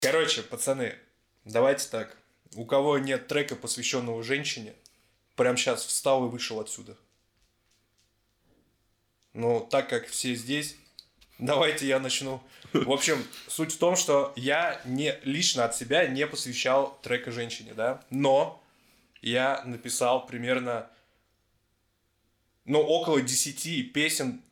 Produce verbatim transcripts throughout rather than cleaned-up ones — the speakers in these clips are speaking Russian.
Короче, пацаны, давайте так. У кого нет трека, посвященного женщине, прямо сейчас встал и вышел отсюда. Ну, так как все здесь, давайте я начну. В общем, суть в том, что я не, лично от себя не посвящал трека женщине, да, но я написал примерно, ну, около десяти песен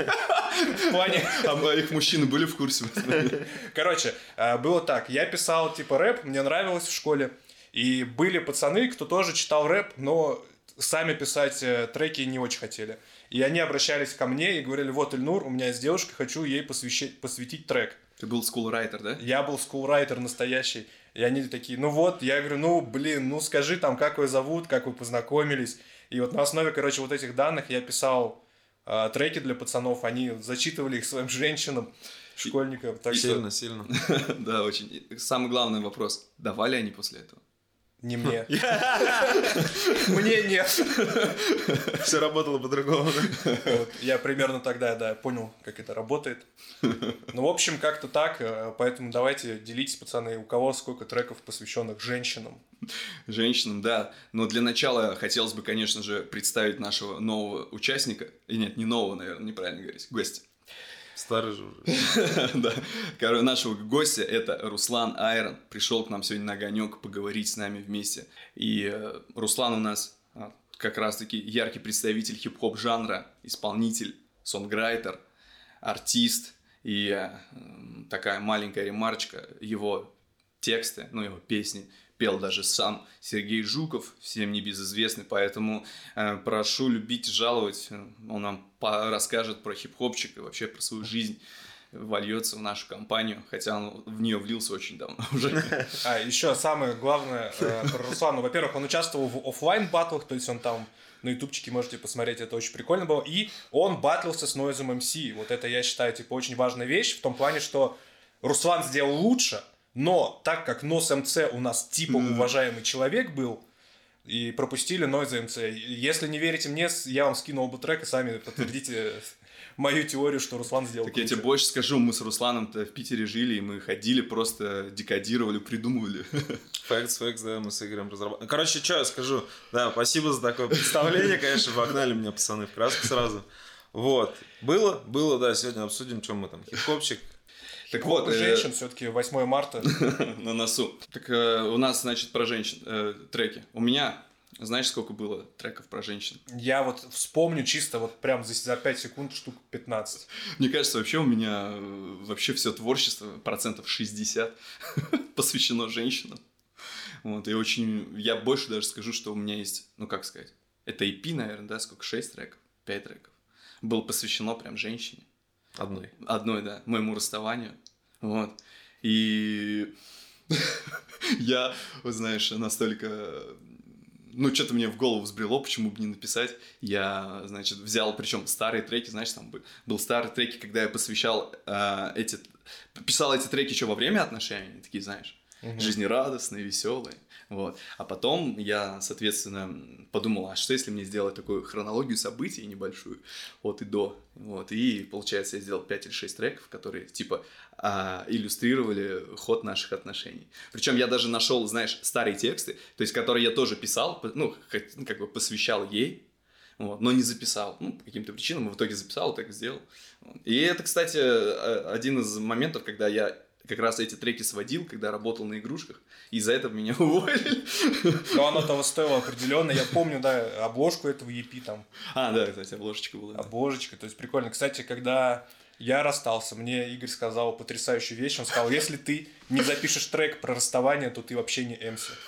в плане... А их мужчины были в курсе? Короче, было так, я писал типа рэп, мне нравилось в школе, и были пацаны, кто тоже читал рэп, но сами писать треки не очень хотели. И они обращались ко мне и говорили: вот, Ильнур, у меня есть девушка, хочу ей посвящать, посвятить трек. Ты был скулрайтер, да? Я был скулрайтер настоящий. И они такие: ну вот, я говорю, ну блин, ну скажи там, как вы зовут, как вы познакомились. И вот на основе, короче, вот этих данных я писал э, треки для пацанов, они зачитывали их своим женщинам, школьникам. Так сильно, что... сильно. Да, очень. Самый главный вопрос: давали они после этого? Не мне. Мне нет. Все работало по-другому. Я примерно тогда, да, понял, как это работает. Ну, в общем, как-то так. Поэтому давайте делитесь, пацаны, у кого сколько треков, посвященных женщинам. Женщинам, да. Но для начала хотелось бы, конечно же, представить нашего нового участника. И нет, не нового, наверное, неправильно говорить. Гостя. Старый же уже. Да. Короче, нашего гостя это Руслан Айрон. Пришел к нам сегодня на огонек поговорить с нами вместе. И э, Руслан у нас а, как раз-таки яркий представитель хип-хоп жанра, исполнитель, сонграйтер, артист. И э, такая маленькая ремарочка: его тексты, ну его песни пел даже сам Сергей Жуков, всем небезызвестный, поэтому э, прошу любить и жаловать. Он нам по- расскажет про хип-хопчик и вообще про свою жизнь, вольется в нашу компанию, хотя он в нее влился очень давно уже. А, еще самое главное э, про Руслана. Во-первых, он участвовал в офлайн баттлах, то есть он там на ютубчике можете посмотреть, это очень прикольно было. И он баттлился с Noise эм си. Вот это, я считаю, типа, очень важная вещь, в том плане, что Руслан сделал лучше, но так как Noise эм си у нас типа уважаемый человек был, и пропустили Noise эм си. Если не верите мне, я вам скину оба трека, сами подтвердите мою теорию, что Руслан сделал Так круче. я тебе больше скажу, мы с Русланом-то в Питере жили, и мы ходили, просто декодировали, придумывали. Фэкс, фэкс, да, мы с Игорем разрабатывали. Короче, что я скажу? Да, спасибо за такое представление, конечно, вогнали меня пацаны в краску сразу. Вот. Было? Было, да, сегодня обсудим, что мы там, хип-хопчик. Так вот, женщин, все-таки восьмое марта. На носу. Так э, у нас, значит, про женщин э, треки. У меня, знаешь, сколько было треков про женщин? Я вот вспомню чисто вот прям за, за пять секунд штук пятнадцать. Мне кажется, вообще у меня э, вообще все творчество процентов шестьдесят посвящено женщинам. Вот, и очень, я больше даже скажу, что у меня есть, ну как сказать, это и пи, наверное, да, сколько, шесть треков, пять треков. Было посвящено прям женщине. Одной. Одной, да, моему расставанию. Вот. И я, вот знаешь, настолько... Ну, что-то мне в голову взбрело, почему бы не написать. Я, значит, взял, причем старые треки, знаешь, там был старые треки, когда я посвящал э, эти... Писал эти треки еще во время отношений, такие, знаешь, угу. жизнерадостные, веселые. Вот. А потом я, соответственно, подумал, а что если мне сделать такую хронологию событий небольшую от и до. Вот. И, получается, я сделал пять или шесть треков, которые, типа, а, иллюстрировали ход наших отношений. Причем я даже нашел, знаешь, старые тексты, то есть, которые я тоже писал, ну, как бы посвящал ей, вот, но не записал. Ну, по каким-то причинам, в итоге записал, так и сделал. И это, кстати, один из моментов, когда я как раз эти треки сводил, когда работал на игрушках, и из-за этого меня уволили. Но оно того стоило определенно. Я помню, да, обложку этого и пи там. А, да, кстати, обложечка была. Обложечка, то есть прикольно. Кстати, когда я расстался, мне Игорь сказал потрясающую вещь. Он сказал: если ты не запишешь трек про расставание, то ты вообще не эм си.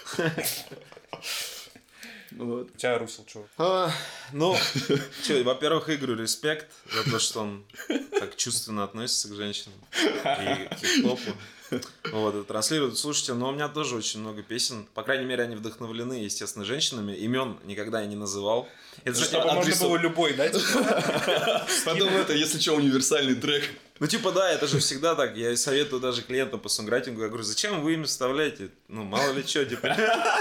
Вот. У тебя, Русел, что? А, ну, че, во-первых, Игорю респект за то, что он так чувственно относится к женщинам и к хип-хопу. Вот, и транслирует. Слушайте, но у меня тоже очень много песен. По крайней мере, они вдохновлены, естественно, женщинами. Имен никогда я не называл. Это же чтобы можно было любой, да? Потом это, если что, универсальный трек. Ну, типа, да, это же всегда так. Я советую даже клиентам по сонграйтингу. Я говорю: зачем вы имя вставляете? Ну, мало ли что, типа.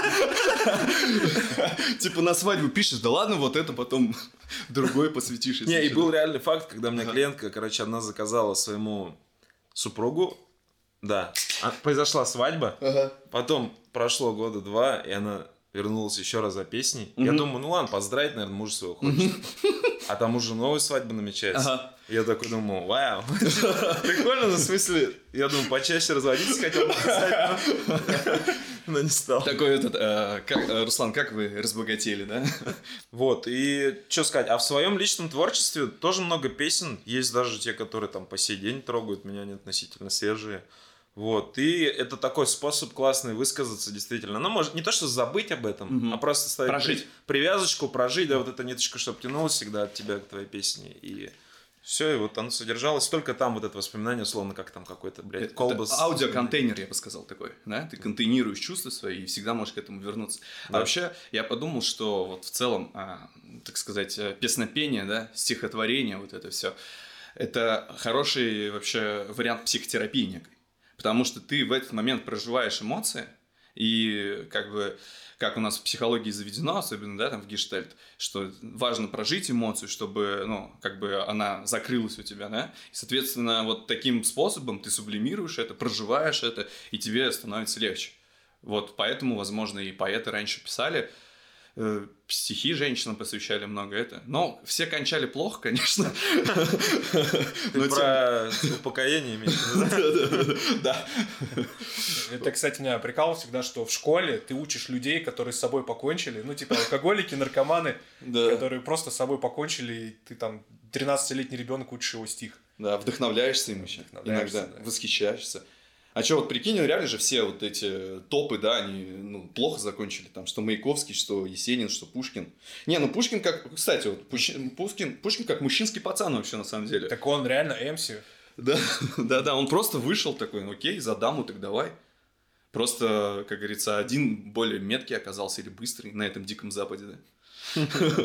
Типа на свадьбу пишешь, да ладно, вот это потом другой посвятишь. Не, и был реальный факт, когда мне клиентка, короче, одна заказала своему супругу Да. А, произошла свадьба, Ага. потом прошло года два, и она вернулась еще раз за песней. Я Мгм. думаю, ну ладно, поздравить, наверное, мужа своего хочет. А там уже новая свадьба намечается. Ага. Я такой думаю, вау, прикольно, ну, в смысле, я думаю, почаще разводиться хотел бы писать, но... но не стал. Такой этот, э, как, э, Руслан, как вы разбогатели, да? Вот, и что сказать, а в своем личном творчестве тоже много песен, есть даже те, которые там по сей день трогают меня, они относительно свежие. Вот, и это такой способ классный высказаться, действительно. Ну, может, не то, что забыть об этом, Мгм. а просто ставить Прожить. при- привязочку, прожить, да, вот эта ниточка, чтобы тянулась всегда от тебя к твоей песне. И все, и вот оно содержалось. Только там вот это воспоминание, условно, как там какой-то, блядь, Это колбас. аудиоконтейнер, я бы сказал, такой, да? Ты контейнируешь чувства свои и всегда можешь к этому вернуться. Да. А вообще, я подумал, что вот в целом, а, так сказать, э, песнопение, да, стихотворение, вот это все, это хороший вообще вариант психотерапии некой. Потому что ты в этот момент проживаешь эмоции, и как бы, как у нас в психологии заведено, особенно, да, там в гештальт, что важно прожить эмоцию, чтобы, ну, как бы она закрылась у тебя, да, и, соответственно, вот таким способом ты сублимируешь это, проживаешь это, и тебе становится легче. Вот поэтому, возможно, и поэты раньше писали, э, стихи женщинам посвящали много это. Но все кончали плохо, конечно. Ты про упокоение имеешь в виду? Да. Это, кстати, меня прикал всегда, что в школе ты учишь людей, которые с собой покончили. Ну, типа алкоголики, наркоманы, Да. которые просто с собой покончили, и ты там тринадцатилетний ребенок учишь его стих. Да, вдохновляешься им еще. Вдохновляешься, Иногда да. восхищаешься. А что, вот прикинь, ну, реально же все вот эти топы, да, они ну, плохо закончили. Там, что Маяковский, что Есенин, что Пушкин. Не, ну Пушкин как... Кстати, вот Пущин- Пушкин, Пушкин как мужчинский пацан вообще, на самом деле. Так он реально эмси. Да, да, да, он просто вышел такой, ну окей, за даму, так давай. Просто, как говорится, один более меткий оказался или быстрый на этом диком западе, да.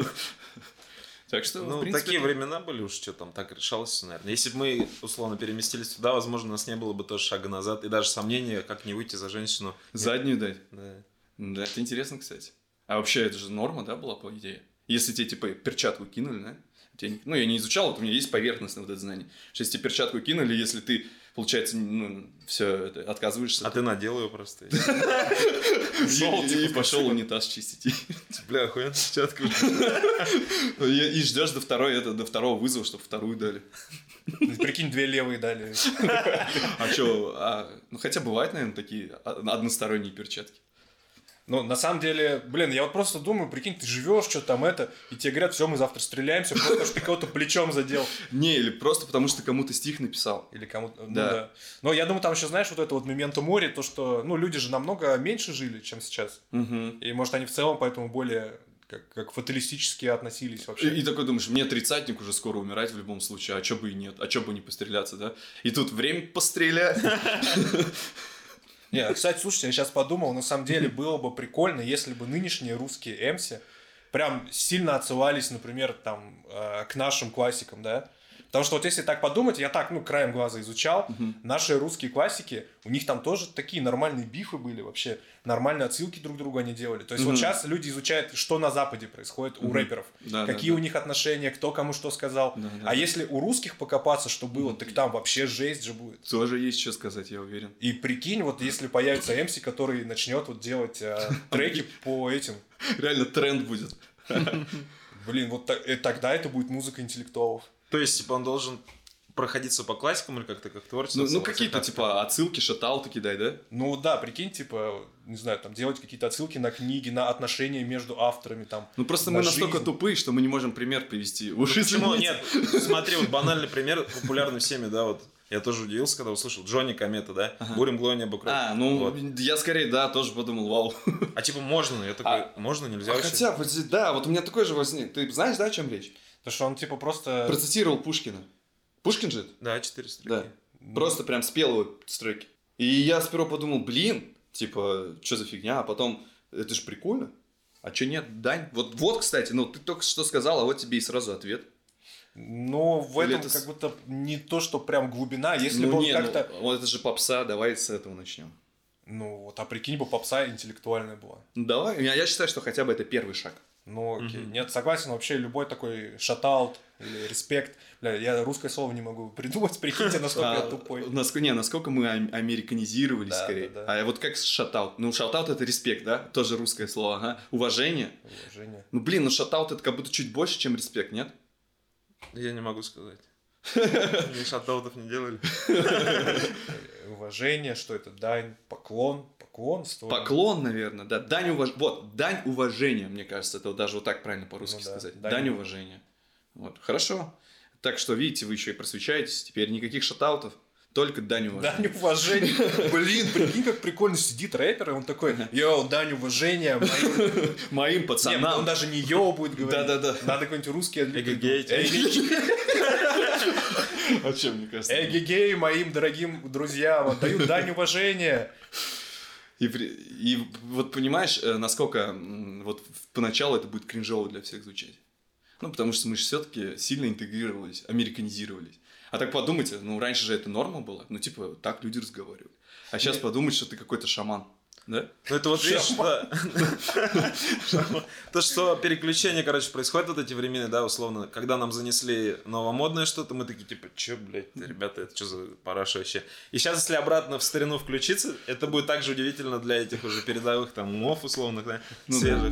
Так что, Ну, в принципе, такие это- времена были уж, что там, так решалось всё, наверное. Если бы мы, условно, переместились туда, возможно, у нас не было бы тоже шага назад. И даже сомнения, как не выйти за женщину. заднюю дать. Да. Да, это интересно, кстати. А вообще, это же норма, да, была, по идее? Если тебе, типа, перчатку кинули, да? Тебе- Ну, я не изучал, вот у меня есть поверхностное вот это знание. Что если тебе перчатку кинули, если ты, получается, ну, все это, отказываешься... А ты надел ее просто. и, пошел унитаз чистить. Бля, охуенно перчатка. И, и ждешь до второй, это, до второго вызова, чтобы вторую дали. Ну, прикинь, две левые дали. А что, а, ну хотя бывают, наверное, такие а- односторонние перчатки. Ну, на самом деле, блин, я вот просто думаю, прикинь, ты живешь, что там это, и тебе говорят, все, мы завтра стреляемся, просто потому что ты кого-то плечом задел. Не, или просто потому что кому-то стих написал. Или кому-то, ну Да. да. Но я думаю, там еще, знаешь, вот это вот моменто море, то, что, ну, люди же намного меньше жили, чем сейчас. Мгм. И, может, они в целом поэтому более, как, как фаталистически относились вообще. И, и такой думаешь, мне тридцатник уже скоро умирать в любом случае, а чё бы и нет, а чё бы не постреляться, да? И тут время пострелять. Не, кстати, слушайте, я сейчас подумал, на самом деле было бы прикольно, если бы нынешние русские эмси прям сильно отсылались, например, там, э, к нашим классикам, да? Потому что вот если так подумать, я так, ну, краем глаза изучал, наши русские классики, у них там тоже такие нормальные бифы были вообще, нормальные отсылки друг к другу они делали. То есть вот Мгм. сейчас люди изучают, что на Западе происходит у Мгм. рэперов, Да, какие да, у них отношения, кто кому что сказал. Да, да, а да. если у русских покопаться, что было, так там вообще жесть же будет. Тоже есть что сказать, я уверен. И прикинь, вот если появится эмси, который начнет вот делать э, треки по этим, Реально тренд будет. блин, вот та- э, тогда это будет музыка интеллектуалов. То есть, типа, он должен проходиться по классикам или как-то как творчество? Ну, ну какие-то, типа, отсылки, шатауты кидай, да? Ну да, прикинь, типа, не знаю, там делать какие-то отсылки на книги, на отношения между авторами, там. Ну, просто на мы настолько жизнь. тупые, что мы не можем пример привести. Ну, Уж почему извините. нет? Смотри, вот банальный пример, популярный всеми, да, вот. Я тоже удивился, когда услышал Джонни Комета, да? Буря, мглой, небо, кровь. А, ну, Вот. я скорее, да, тоже подумал, вау. А типа можно? Я такой, можно, нельзя А вообще? хотя, подожди, да, вот у меня такой же возник. Ты знаешь, да, о чем речь? Потому что он, типа, просто... Процитировал Пушкина. Пушкин же это? Да, четыре строки. Да. Просто прям спел его строки. И я сперва подумал, блин, типа, что за фигня? А потом, это же прикольно. А чё нет, Дань? Вот, вот, кстати, ну, ты только что сказал, а вот тебе и сразу ответ. Но в Или этом это с- как будто не то, что прям глубина. Если ну, бы он не, как-то... ну, вот это же попса, давай с этого начнем. Ну вот, а прикинь бы, попса интеллектуальная была. Ну, давай, я, я считаю, что хотя бы это первый шаг. Ну, окей. Мгм. Нет, согласен, вообще любой такой шатаут или респект. Бля, я русское слово не могу придумать, прикиньте, насколько я А, тупой. насколько, не, насколько мы ам- американизировались Да, скорее. да, да. А вот как шатаут? Ну, шатаут это респект, да? Тоже русское слово, ага. Уважение. Уважение. Ну, блин, ну шатаут это как будто чуть больше, чем респект, нет? Я не могу сказать. Мы шатаутов не делали. Уважение, что это? Дань, поклон, поклонство. Поклон, наверное, да. Дань уважения. Вот, дань уважения, мне кажется, это вот даже вот так правильно по-русски Ну да, сказать. дань Дань уважения. Вот, хорошо. Так что, видите, вы еще и просвещаетесь. Теперь никаких шатаутов, только дань уважения. Дань уважения. Блин, прикинь, как прикольно сидит рэпер, и он такой, йоу, дань уважения моим... Моим Не, он пацанам. даже не йоу будет говорить. Да-да-да. Надо какой-нибудь русский... Эгегей. Эгегей. А чем, мне кажется? Эгегей моим дорогим друзьям, отдаю дань уважения. И, при- и вот понимаешь, э, насколько м, вот в- поначалу это будет кринжово для всех звучать. Ну, потому что мы же все-таки сильно интегрировались, американизировались. А так подумайте, ну, раньше же это норма была. Ну, типа, так люди разговаривают. А сейчас подумать, что ты какой-то шаман. Да? Ну, это вот видишь, да. То, что переключение, короче, происходит вот эти времена, да, условно, когда нам занесли новомодное что-то, мы такие, типа, чё, блядь, ребята, это что за параша вообще? И сейчас, если обратно в старину включиться, это будет так же удивительно для этих уже передовых там умов, условных, да, Ну да. свежих.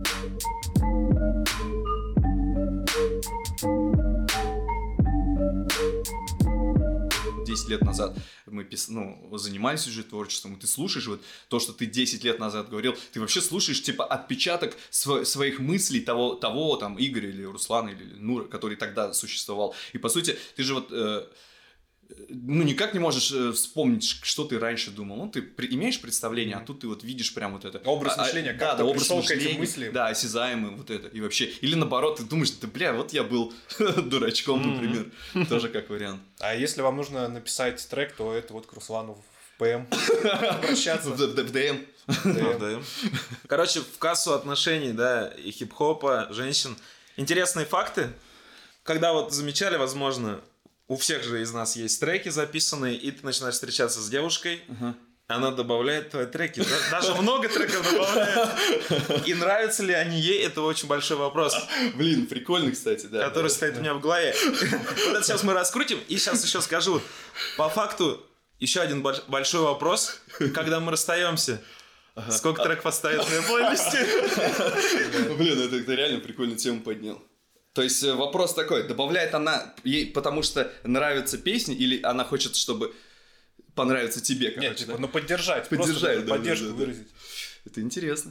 десять лет назад мы пис... ну, занимались уже творчеством, и ты слушаешь вот то, что ты десять лет назад говорил, ты вообще слушаешь, типа, отпечаток св... своих мыслей того, того, там, Игоря или Руслана или Нура, который тогда существовал. И, по сути, ты же вот... э, ну, никак не можешь э, вспомнить, ш- что ты раньше думал. Ну, ты при- имеешь представление, а тут ты вот видишь прям вот это. Образ А- а- мышления, как да, ты да, образ пришел к этим мышления, мыслям. Да, осязаемый вот это. И вообще, или наоборот, ты думаешь, да, бля, вот я был дурачком, например. Тоже как вариант. А если вам нужно написать трек, то это вот к Руслану в ПМ обращаться. В д- в ДМ. ДМ. Да. Короче, в кассу отношений, да, и хип-хопа, женщин. Интересные факты. Когда вот замечали, возможно, у всех же из нас есть треки записанные, и ты начинаешь встречаться с девушкой, она добавляет твои треки. Да- Даже много треков добавляет. И нравятся ли они ей, это очень большой вопрос, Блин, прикольно, кстати, да. который стоит у меня в голове. Вот это сейчас мы раскрутим, и сейчас еще скажу. По факту, еще один больш- большой вопрос. Когда мы расстаемся, сколько треков оставит в моей плейлисте? Блин, это ты реально прикольную тему поднял. То есть э, вопрос такой, добавляет она ей, потому что нравятся песни, или она хочет, чтобы понравиться тебе, короче, Нет, типа, да? ну поддержать. Поддержать, просто да, да, поддержку да, да. выразить. Это интересно.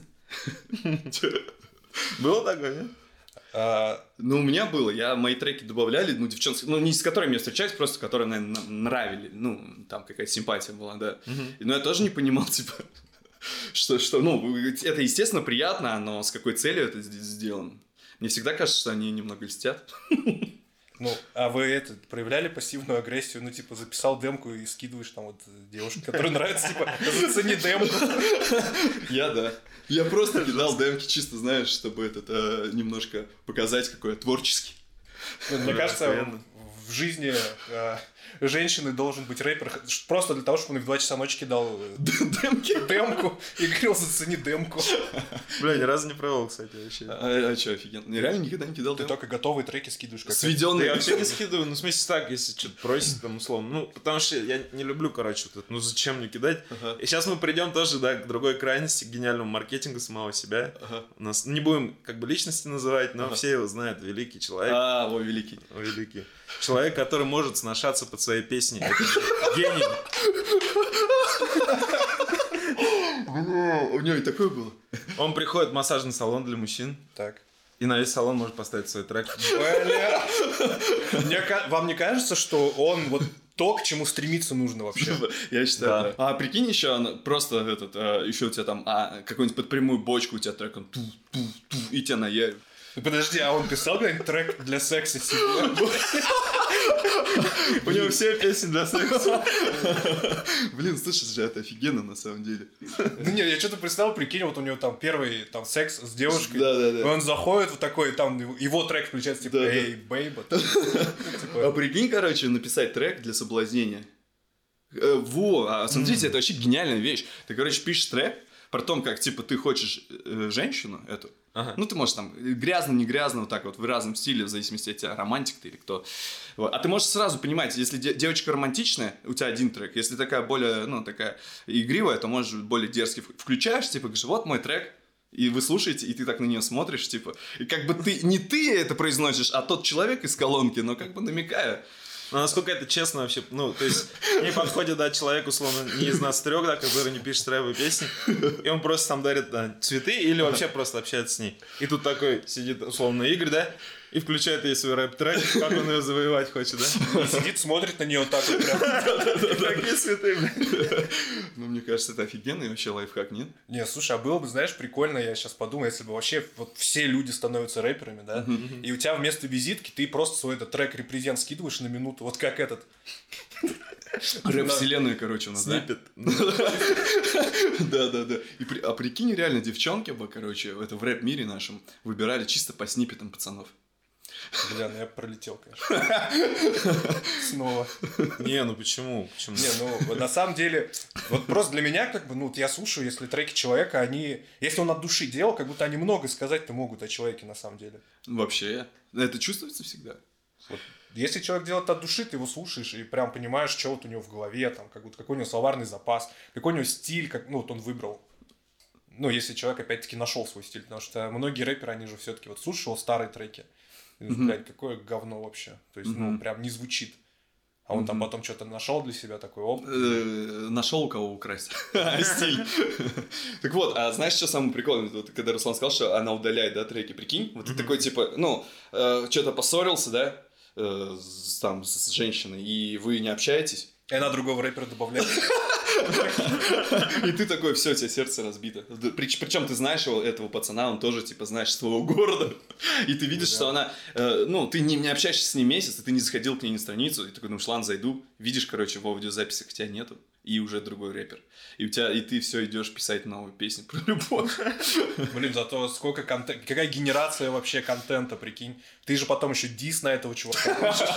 Было такое, нет? А, Ну, у меня было, я мои треки добавляли, ну, девчонки, ну, не с которыми я встречаюсь, просто которые, наверное, нравились, ну, там какая-то симпатия была, да. Но я тоже не понимал, типа, что, что, ну, это, естественно, приятно, но с какой целью это здесь сделано? Мне всегда кажется, что они немного льстят. Ну, а вы это проявляли пассивную агрессию, ну, типа, записал демку и скидываешь там вот девушке, которая нравится, типа, зацени демку. Я, да. Я просто кидал демки, чисто, знаешь, чтобы этот, э, немножко показать, какой я творческий. Ну, Мне Да, кажется, охуенно. в жизни э, женщины должен быть рэпер просто для того, чтобы он их в два часа ночи кидал э, Демки? демку и говорил, зацени демку. Бля, ни разу не пробовал, кстати, вообще. А, а что, офигенно? Я реально никогда не кидал Ты демки. только готовые треки скидываешь. Как Да Сведенные. я вообще не скидываю, ну, в смысле так, если что-то просит, там, условно. Ну, потому что я не люблю, короче, вот это, ну, зачем мне кидать? Ага. И сейчас мы придем тоже, да, к другой крайности, к гениальному маркетингу самого себя. Ага. У нас, не будем, как бы, личности называть, но Ага. все его знают, великий человек. А, о, великий. Великий. Человек, который может сношаться под своей песней. Это гений. Бля, у него и такое было. Он приходит в массажный салон для мужчин, Так. и на весь салон может поставить свой трек. Бля. Мне ка- Вам не кажется, что он вот то, к чему стремиться нужно вообще? Я считаю, Да. да. А прикинь еще, она просто этот, а, еще у тебя там, а, какой-нибудь под прямую бочку у тебя трек, он ту-ту-ту, и тебя наявит. Подожди, а он писал какой-нибудь трек для секса себе? У него все песни для секса. Блин, слушай, же, это офигенно на самом деле. Ну не, я что-то представил, прикинь, вот у него там первый там секс с девушкой. Да-да-да. И он заходит вот такой, там его- его трек включается, типа, Да-да. эй, бейба. А прикинь, короче, написать трек для соблазнения. Э, Во, а смотрите, это вообще гениальная вещь. Ты, короче, пишешь трек про то, как, типа, ты хочешь э, женщину эту, Ага. Ну, ты можешь там грязно, не грязно, вот так вот, в разном стиле, в зависимости от тебя, романтик ты или кто. Вот. А ты можешь сразу понимать, если де- девочка романтичная, у тебя один трек, если такая более, ну, такая игривая, то можешь более дерзкий. Включаешь, типа, говоришь, вот мой трек, и вы слушаете, и ты так на нее смотришь, типа, и как бы ты, не ты это произносишь, а тот человек из колонки, но как бы намекая. Ну, насколько это честно вообще, ну, то есть, не подходит, да, человек, условно, не из нас трех, да, который не пишет рэповые песни, и он просто там дарит, да, цветы или вообще просто общается с ней. И тут такой сидит, условно, Игорь, да, и включает ей свой рэп-трек, как он ее завоевать хочет, да? И сидит, смотрит на нее вот так вот прям. Такие цветы, блядь. Ну, мне кажется, это офигенный вообще лайфхак, нет? Не, слушай, а было бы, знаешь, прикольно, я сейчас подумаю, если бы вообще вот все люди становятся рэперами, да, и у тебя вместо визитки ты просто свой этот трек репрезент скидываешь на минуту, вот как этот. Рэп-вселенную, короче, у нас, да? Сниппет. Да-да-да. А прикинь, реально, девчонки бы, короче, это в рэп-мире нашем выбирали чисто по сниппетам пацанов. Бля, ну я пролетел, конечно. Снова. Не, ну почему? Почему? Не, ну на самом деле, вот просто для меня, как бы, ну вот я слушаю, если треки человека, они, если он от души делал, как будто они много сказать-то могут о человеке на самом деле. Вообще, это чувствуется всегда. Вот. Если человек делает от души, ты его слушаешь и прям понимаешь, что вот у него в голове, там, как будто, какой у него словарный запас, какой у него стиль, как, ну вот он выбрал. Ну, если человек опять-таки нашел свой стиль, потому что многие рэперы, они же все-таки вот слушал старые треки. И, mm-hmm. блядь, какое говно вообще. То есть, mm-hmm. ну, прям не звучит. А он mm-hmm. там потом что-то нашел для себя такой оп. Нашел у кого украсть. Стиль. Так вот, а знаешь, что самое прикольное? Когда Руслан сказал, что она удаляет, да, треки, прикинь? Вот ты такой, типа, ну, что-то поссорился, да, там, с женщиной, и вы не общаетесь. И она другого рэпера добавляет. И ты такой, все, у тебя сердце разбито. Причем ты знаешь его, этого пацана, он тоже, типа, знаешь своего города. И ты видишь, что она, ну, ты не общаешься с ней месяц, и ты не заходил к ней на страницу, и такой, ну, ладно, зайду. Видишь, короче, в аудиозаписях тебя нету, и уже другой рэпер. И у тебя, и ты все идешь писать новую песню про любовь. Блин, зато сколько контента, какая генерация вообще контента, прикинь. Ты же потом еще дис на этого чувака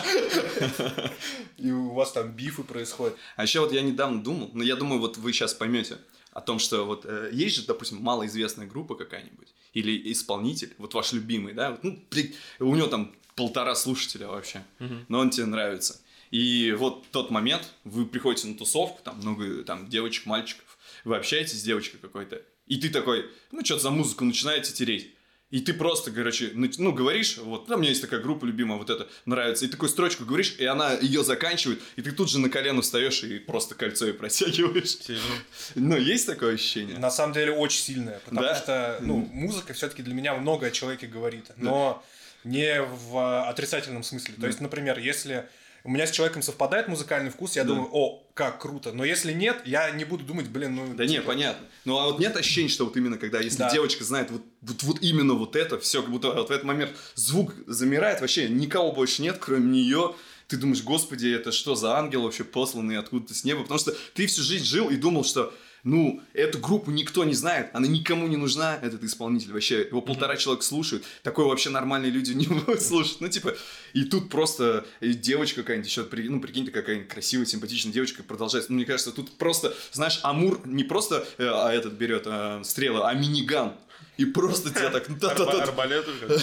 пишешь. И у вас там бифы происходят. А еще вот я недавно думал, но я думаю, вот вы сейчас поймете о том, что вот э, есть же, допустим, малоизвестная группа какая-нибудь, или исполнитель, вот ваш любимый, да, вот, ну, при, у него там полтора слушателя вообще, uh-huh. но он тебе нравится. И вот тот момент, вы приходите на тусовку, там много там девочек, мальчиков, вы общаетесь с девочкой какой-то, и ты такой, ну, что-то за музыку начинаете тереть. И ты просто, короче, ну, говоришь, вот, ну, у меня есть такая группа любимая, вот это нравится, и такую строчку говоришь, и она ее заканчивает, и ты тут же на колено встаешь и просто кольцо ей протягиваешь. Сильно. Ну, есть такое ощущение? На самом деле очень сильное, потому да? что, ну, музыка все-таки для меня много о человеке говорит, но да. не в отрицательном смысле. Да. То есть, например, если у меня с человеком совпадает музыкальный вкус, я да. думаю, о, как круто. Но если нет, я не буду думать, блин, ну... Да типа... не, понятно. Ну, а вот нет ощущения, что вот именно когда, если да. девочка знает вот, вот, вот именно вот это, все, как будто вот в этот момент звук замирает, вообще никого больше нет, кроме нее. Ты думаешь, господи, это что за ангел вообще посланный откуда-то с неба? Потому что ты всю жизнь жил и думал, что... Ну, эту группу никто не знает, она никому не нужна, этот исполнитель, вообще, его полтора mm-hmm. человека слушают, такое вообще нормальные люди не будут слушать, ну, типа, и тут просто девочка какая-нибудь, еще, ну, прикиньте, какая-нибудь красивая, симпатичная девочка продолжает, ну, мне кажется, тут просто, знаешь, Амур не просто э, а этот берет а, стрелы, а миниган. И просто тебя так... Арбалет.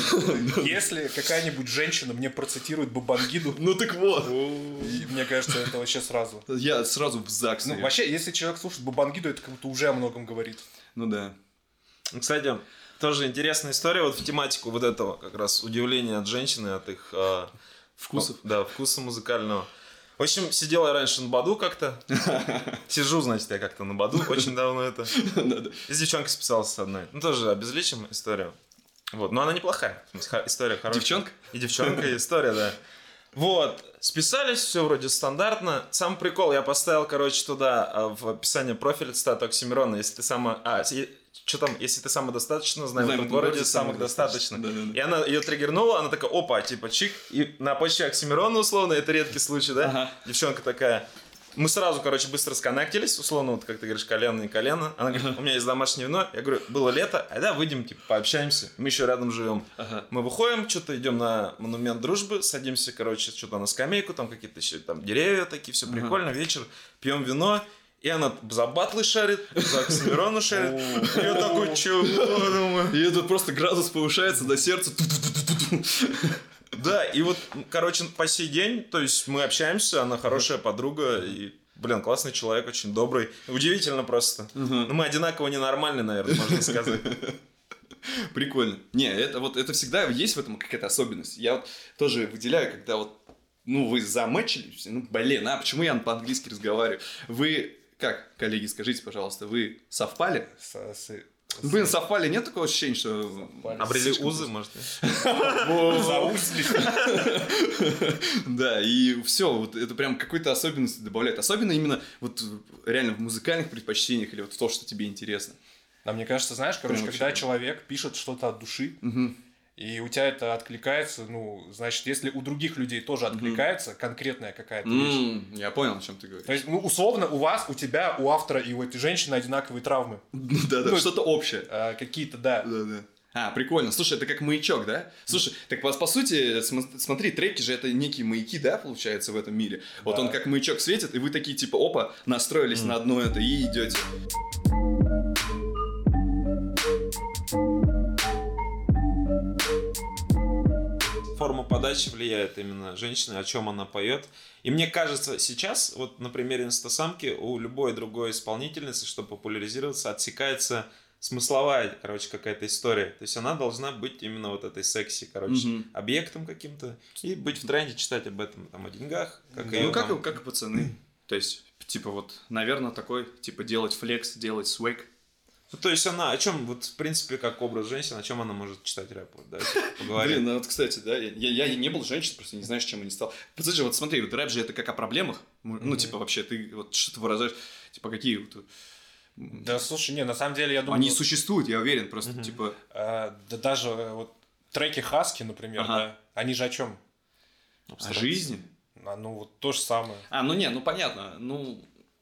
Если какая-нибудь женщина мне процитирует Бабангиду... Ну так вот. Мне кажется, это вообще сразу. Я сразу в ЗАГС. Ну, вообще, если человек слушает Бабангиду, это как будто уже о многом говорит. Ну да. Кстати, тоже интересная история вот в тематику вот этого как раз удивления от женщины, от их... Вкусов. Да, вкуса музыкального. В общем, сидел я раньше на Баду как-то. Сижу, значит, я как-то на Баду очень давно это. И с девчонкой списался с одной. Ну, тоже обезличим историю. Вот, но она неплохая. История хорошая. Девчонка? И девчонка, и история, да. Вот, списались, все вроде стандартно. Сам прикол, я поставил, короче, туда в описание профиля цитату Оксимирона. Если ты сама... А, что там, если ты самодостаточно, знай, в этом городе самых достаточно. Да, да, да. И она ее триггернула, она такая, опа, типа чик. И на почве Оксимирона, условно, это редкий случай, да? Ага. Девчонка такая. Мы сразу, короче, быстро сконнектились, условно, вот как ты говоришь, колено и колено. Она говорит, у меня есть домашнее вино. Я говорю, было лето, а да, выйдем, типа, пообщаемся. Мы еще рядом живем. Ага. Мы выходим, что-то идем на монумент дружбы, садимся, короче, что-то на скамейку, там какие-то еще там деревья такие, все ага. прикольно, вечер, пьем вино. И она за батлы шарит, за Оксимирона шарит. И я такой, чего, думаю. И тут просто градус повышается до сердца. Да, и вот, короче, по сей день, то есть мы общаемся, она хорошая подруга, и, блин, классный человек, очень добрый. Удивительно просто. Ну, мы одинаково ненормальны, наверное, можно сказать. Прикольно. Не, это вот это всегда есть в этом какая-то особенность. Я вот тоже выделяю, когда вот, ну, вы замэчились, ну, блин, а почему я по-английски разговариваю? Вы, как, коллеги, скажите, пожалуйста, вы совпали? С- с- Блин, совпали, нет такого ощущения, что... Обрели узы, может? Заузлись. Да, и все, вот это прям какой-то особенности добавляет. Особенно именно вот реально в музыкальных предпочтениях или вот в то, что тебе интересно. А мне кажется, знаешь, короче, Прям когда вообще. человек пишет что-то от души, Мгм. и у тебя это откликается, ну, значит, если у других людей тоже откликается конкретная какая-то вещь. М, Я понял, о чем ты говоришь. То есть, ну, условно, у вас, у тебя, у автора и у этой женщины одинаковые травмы. Да-да, Ну, что-то общее. А, какие-то, да. Да-да. А, прикольно. Слушай, это как маячок, да? Слушай, так по, по сути, см- смотри, треки же это некие маяки, да, получается, в этом мире. Вот Да. он как маячок светит, и вы такие, типа, опа, настроились на одно это и идете. Форма подачи влияет именно женщины, о чем она поет. И мне кажется, сейчас, вот на примере инстасамки, у любой другой исполнительницы, чтобы популяризироваться, отсекается смысловая, короче, какая-то история. То есть она должна быть именно вот этой секси, короче, Мгм. объектом каким-то. И быть в тренде, читать об этом, там, о деньгах. Как Да. её Ну, как, там- и- как и пацаны. То есть, типа, вот, наверное, такой, типа, делать флекс, делать свек. Ну, то есть она о чем, вот, в принципе, как образ женщины, о чем она может читать рэп? Вот, давайте поговорим. Блин, ну вот, кстати, да, я, я, я не был женщиной, просто не знаю, с чем я не стал. Подожди, вот смотри, вот рэп же это как о проблемах. Ну, Мгм. типа, вообще, ты вот что ты выражаешь, типа, какие вот... Да, слушай, не, на самом деле, я думаю... Они вот, существуют, я уверен, просто, Мгм. типа... а, да даже э, вот треки Хаски, например, Ага. да, они же о чем? О жизни? А, ну, вот то же самое. А, ну не, ну понятно, ну...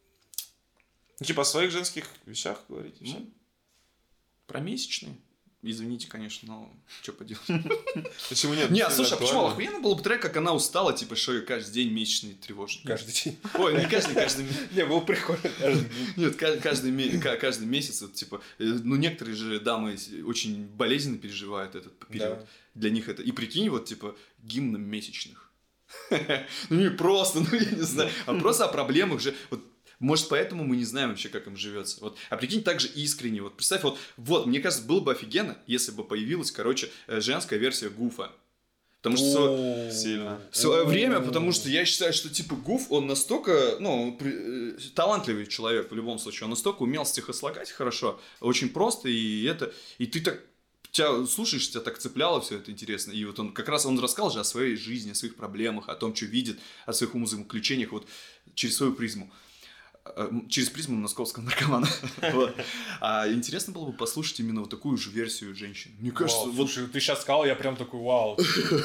Ну, типа о своих женских вещах говорить. и всё. ну, про месячные. Извините, конечно, но что поделать. Почему нет? Не, Это слушай, а почему актуально. охуенно было бы трек, как она устала, типа, что ее каждый день месячные тревожит? Каждый день. Ой, не каждый, каждый... Не, было прикольно каждый день. Нет, ка- каждый, ме- ка- каждый месяц, вот, типа, э, ну, некоторые же дамы с- очень болезненно переживают этот период. Да. Для них это. И прикинь, вот, типа, гимн месячных. Ну, не просто, ну, я не знаю, а просто о проблемах же. Вот, может, поэтому мы не знаем вообще, как им живется. Вот, а прикинь, так же искренне. Вот, представь, вот, вот, мне кажется, было бы офигенно, если бы появилась, короче, э, женская версия Гуфа. Потому что... О, Сильно. В свое время, потому что я считаю, что типа Гуф, он настолько, ну, при- э, талантливый человек в любом случае, он настолько умел стихослагать хорошо, очень просто, и это, и ты так, тебя слушаешь, тебя так цепляло все это интересно, и вот он как раз, он рассказал же о своей жизни, о своих проблемах, о том, что видит, о своих умозаключениях вот через свою призму. Э, Через призму московского наркомана. Вот. А интересно было бы послушать именно вот такую же версию женщин. Мне кажется, Вау, вот... слушай, ты сейчас сказал, я прям такой, вау.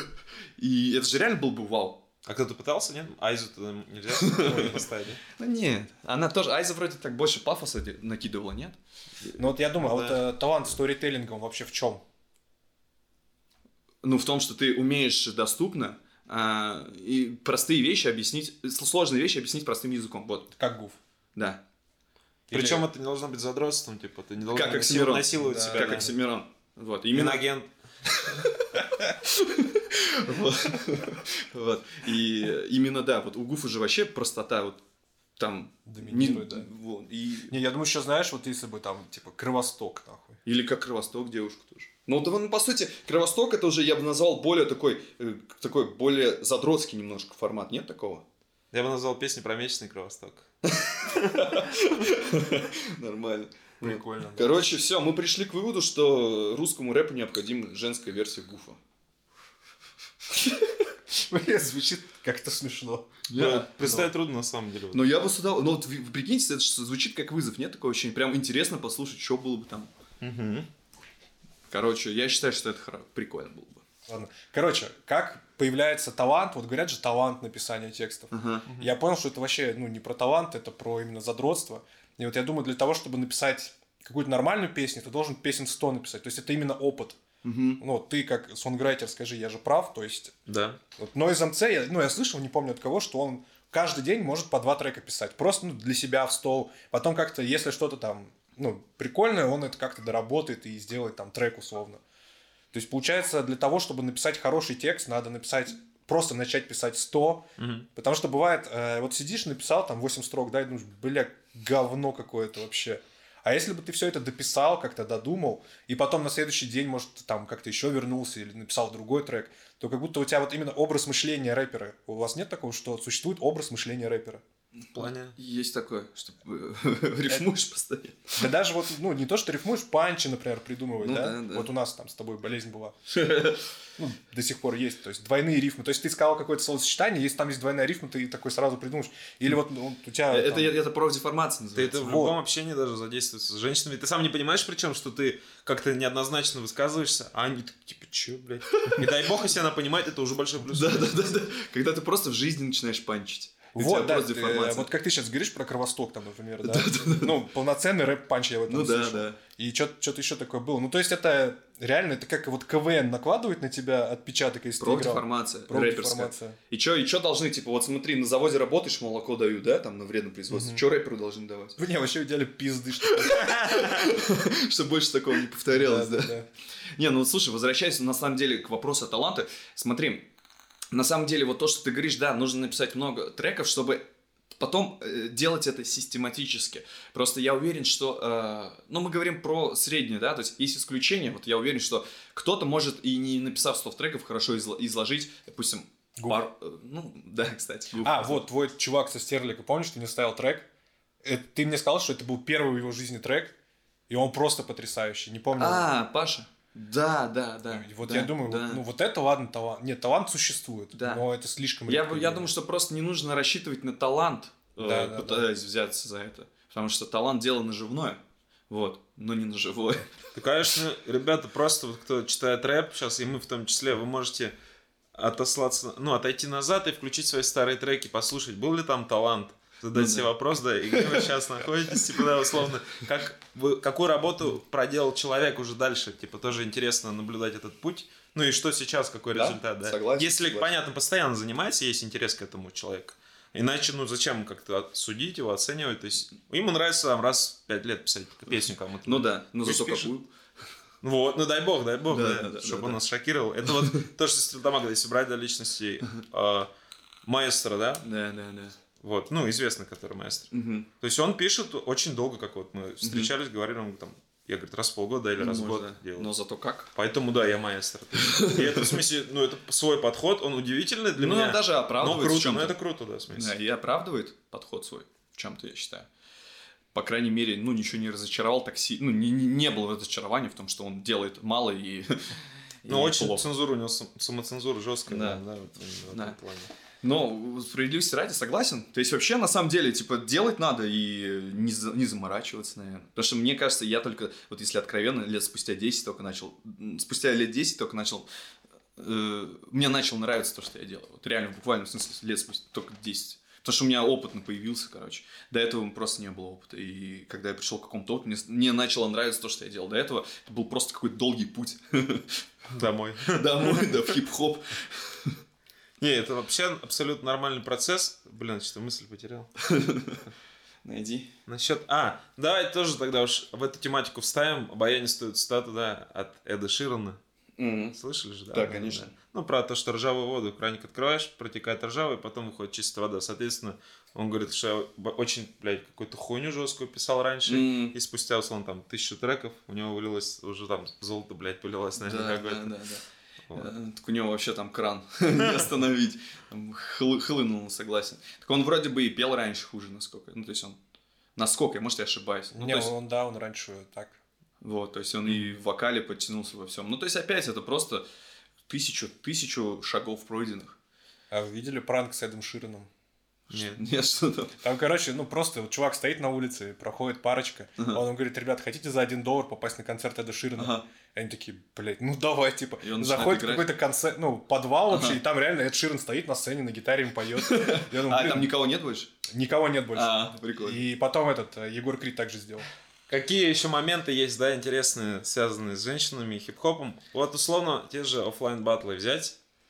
И это же реально был бы вау. А кто-то пытался, нет? Айзу туда нельзя не поставить? Ну нет, она тоже, Айза вроде так больше пафоса де- накидывала, нет? Ну вот я думаю, а вот Да. э, талант сторителлинга он вообще в чем? Ну в том, что ты умеешь доступно а, и простые вещи объяснить, сложные вещи объяснить простым языком, вот, Как Гуф. да. Или- Причем это не должно быть задротством, типа, ты не должен Как насил- Оксимирон. насиловать Да. себя. Как да. Оксимирон. Вот, именно. Иноагент. Вот. Вот. И именно, да, вот у Гуфа же вообще простота, вот там... Доминирует, не- да. вот, и... Не, я думаю, еще знаешь, вот если бы там, типа, Кровосток, нахуй. Или как Кровосток девушка тоже. Ну, да, ну, по сути, Кровосток это уже, я бы назвал, более такой, э, такой более задротский немножко формат, нет такого? Я бы назвал песню про месячный кровосток. Нормально. Прикольно. да. Короче, все, мы пришли к выводу, что русскому рэпу необходима женская версия Гуфа. Блин, звучит как-то смешно. Да, представить трудно на самом деле. Но я бы сюда... Ну, вот вы, вы прикиньте, это ж звучит как вызов, нет такого ощущения? Прям интересно послушать, что было бы там. Мгм. Короче, я считаю, что это хоро- прикольно было бы. Ладно. Короче, как появляется талант, вот говорят же талант написания текстов. Ага. Я понял, что это вообще, ну, не про талант, это про именно задротство. И вот я думаю, для того, чтобы написать какую-то нормальную песню, ты должен песен сто написать. То есть это именно опыт. Мгм. Ну, вот ты как сонграйтер, скажи, я же прав, то есть... Да. Вот Noise эм си, я, ну, я слышал, не помню от кого, что он каждый день может по два трека писать. Просто ну, для себя в стол. Потом как-то, если что-то там, ну, прикольное, он это как-то доработает и сделает там трек условно. То есть, получается, для того, чтобы написать хороший текст, надо написать, просто начать писать сто. Мгм. Потому что бывает, э, вот сидишь, написал там восемь строк, да, и думаешь, бля, говно какое-то вообще. А если бы ты все это дописал, как-то додумал, и потом на следующий день, может, там как-то еще вернулся или написал другой трек, то как будто у тебя вот именно образ мышления рэпера. У вас нет такого, что существует образ мышления рэпера? В плане... Есть такое, что рифмуешь постоянно. Да даже вот, ну, не то, что рифмуешь, панчи, например, придумывать, Ну да? да, да. Вот у нас там с тобой болезнь была. Ну, до сих пор есть, то есть двойные рифмы. То есть ты сказал какое-то словосочетание, если там есть двойная рифма, ты такой сразу придумаешь. Или вот ну, у тебя... Это, там- это профдеформация Ты называется. это в Вот. любом общении даже задействуется с женщинами. Ты сам не понимаешь, причем, что ты как-то неоднозначно высказываешься, а они такие, типа, чё, блядь? И дай бог, если она понимает, это уже большой плюс. Да, да, да, да. Когда ты просто в жизни начинаешь панчить. У тебя Вот, да, просто ты, деформация. вот как ты сейчас говоришь про Кровосток, там, например, да? Да, да, да. Ну, полноценный рэп-панч я в этом Ну да, слышал. да. И что-то еще такое было. Ну, то есть это реально, это как вот КВН накладывает на тебя отпечаток, если ты играл. Профдеформация, рэперская. Профдеформация. И чё, и чё должны, типа, вот смотри, на заводе работаешь, молоко дают, да, там, на вредном производстве. Чё рэперу должны давать? Мне вообще в идеале пизды, что Чтобы больше такого не повторялось, да? да. Не, ну вот слушай, возвращаясь на самом деле к вопросу о таланте, смотри, на самом деле вот то, что ты говоришь, да, нужно написать много треков, чтобы потом э, делать это систематически. Просто я уверен, что, э, ну мы говорим про среднее, да, то есть есть исключения, вот я уверен, что кто-то может и не написав сто треков хорошо изло- изложить, допустим, Гуф. пар- э, ну да, кстати. Гуф. А, вот твой чувак со Стерлика, помнишь, ты не ставил трек? Это, ты мне сказал, что это был первый в его жизни трек, и он просто потрясающий. Не помню. А, Паша. Да, да, да. И вот да, я думаю, да. вот, ну вот это ладно, талант. Нет, талант существует, Да. но это слишком Я, редко. я думаю, что просто не нужно рассчитывать на талант, э, Да, да, пытаясь взяться за это. Потому что талант дело наживное. Вот, но не наживое. Да, конечно, ребята, просто вот кто читает рэп сейчас, и мы в том числе, вы можете отослаться, ну, отойти назад и включить свои старые треки, послушать, был ли там талант, задать Ну себе да. вопрос, да, и где вы сейчас находитесь, типа, да, условно, как вы, какую работу проделал человек уже дальше, типа, тоже интересно наблюдать этот путь, ну, и что сейчас, какой Да, результат, да. согласен, Если, согласен. понятно, постоянно занимается, есть интерес к этому человеку. Иначе, ну, зачем как-то судить его, оценивать? То есть, ему нравится там раз в пять лет писать песню кому-то. Ну да, но Пусть зато пишет. какую. Вот, ну дай бог, дай бог, Да, да, да, да, чтобы да, он да. нас шокировал. Это вот то, что Стрелтомага, если брать до личности э, маэстро, да, Да, да, да. вот, ну, известный, который маэстро. Мгм. То есть он пишет очень долго, как вот мы встречались, говорили, он там, я, говорит, раз в полгода или раз в год Можно. делаю. Но зато как. Поэтому, да, я маэстро. То есть, и это, в смысле, ну, это свой подход, он удивительный для Ну, меня. он даже но оправдывает в круто, чём-то. ну, это круто, да, в смысле. Да, и оправдывает подход свой в чем-то, я считаю. По крайней мере, ну, ничего не разочаровал так сильно. Ну, не, не, не было разочарования в том, что он делает мало и, и Ну, очень плохо. цензура у него, сам- самоцензура жесткая, Да. да, да, вот в Да. этом плане. Но справедливости ради согласен. То есть вообще на самом деле типа делать надо и не, за- не заморачиваться, наверное. Потому что мне кажется, я только, вот если откровенно, лет спустя десять только начал, м, спустя лет десять только начал, э, мне начал нравиться то, что я делаю. Вот реально, в буквальном смысле лет спустя только десять. Потому что у меня опытно появился, короче. До этого просто не было опыта. И когда я пришел к какому-то опыту, мне, мне начало нравиться то, что я делал. До этого это был просто какой-то долгий путь Домой. домой, да, в хип-хоп. Не, это вообще абсолютно нормальный процесс. Блин, что-то мысль потерял. Найди. Насчет... А, давай тоже тогда уж в эту тематику вставим. Обаяние стоит цитату, да, от Эда Ширана. Мгм. Слышали же, да? Да, конечно. Да. Ну, про то, что ржавую воду, краник открываешь, протекает ржавая, потом выходит чистая вода. Соответственно, он говорит, что я б- очень, блядь, какую-то хуйню жесткую писал раньше, М. и спустя, условно, там, тысячу треков, у него вылилось уже там золото, блядь, полилось, наверное, Да, какое-то. да, да, да. Вот. Э, Так у него вообще там кран не остановить. Там хлы- Хлынул, согласен. Так он вроде бы и пел раньше хуже, насколько. Ну, то есть он... Насколько, может, я ошибаюсь. Ну, Не, то есть, он, да, он раньше так. вот, то есть он и в вокале подтянулся во всем. Ну, то есть опять это просто тысячу, тысячу шагов пройденных. А вы видели пранк с Эдом Шираном? Нет. Нет, что-то... Там, короче, ну просто вот чувак стоит на улице, проходит парочка, Ага. он им говорит, ребят, хотите за один доллар попасть на концерт Эда Ширана? Ага. И они такие, блядь, ну давай, типа. И он начинает Заходит в играть? какой-то концерт, ну, подвал вообще, Ага. и там реально Эд Ширан стоит на сцене, на гитаре им поет. Я думаю, А, блин, там никого нет больше? никого нет больше. А, прикольно. И потом этот, э, Егор Крид также сделал. Какие еще моменты есть, да, интересные, связанные с женщинами и хип-хопом? Вот, условно, те же оффлайн баттлы взять,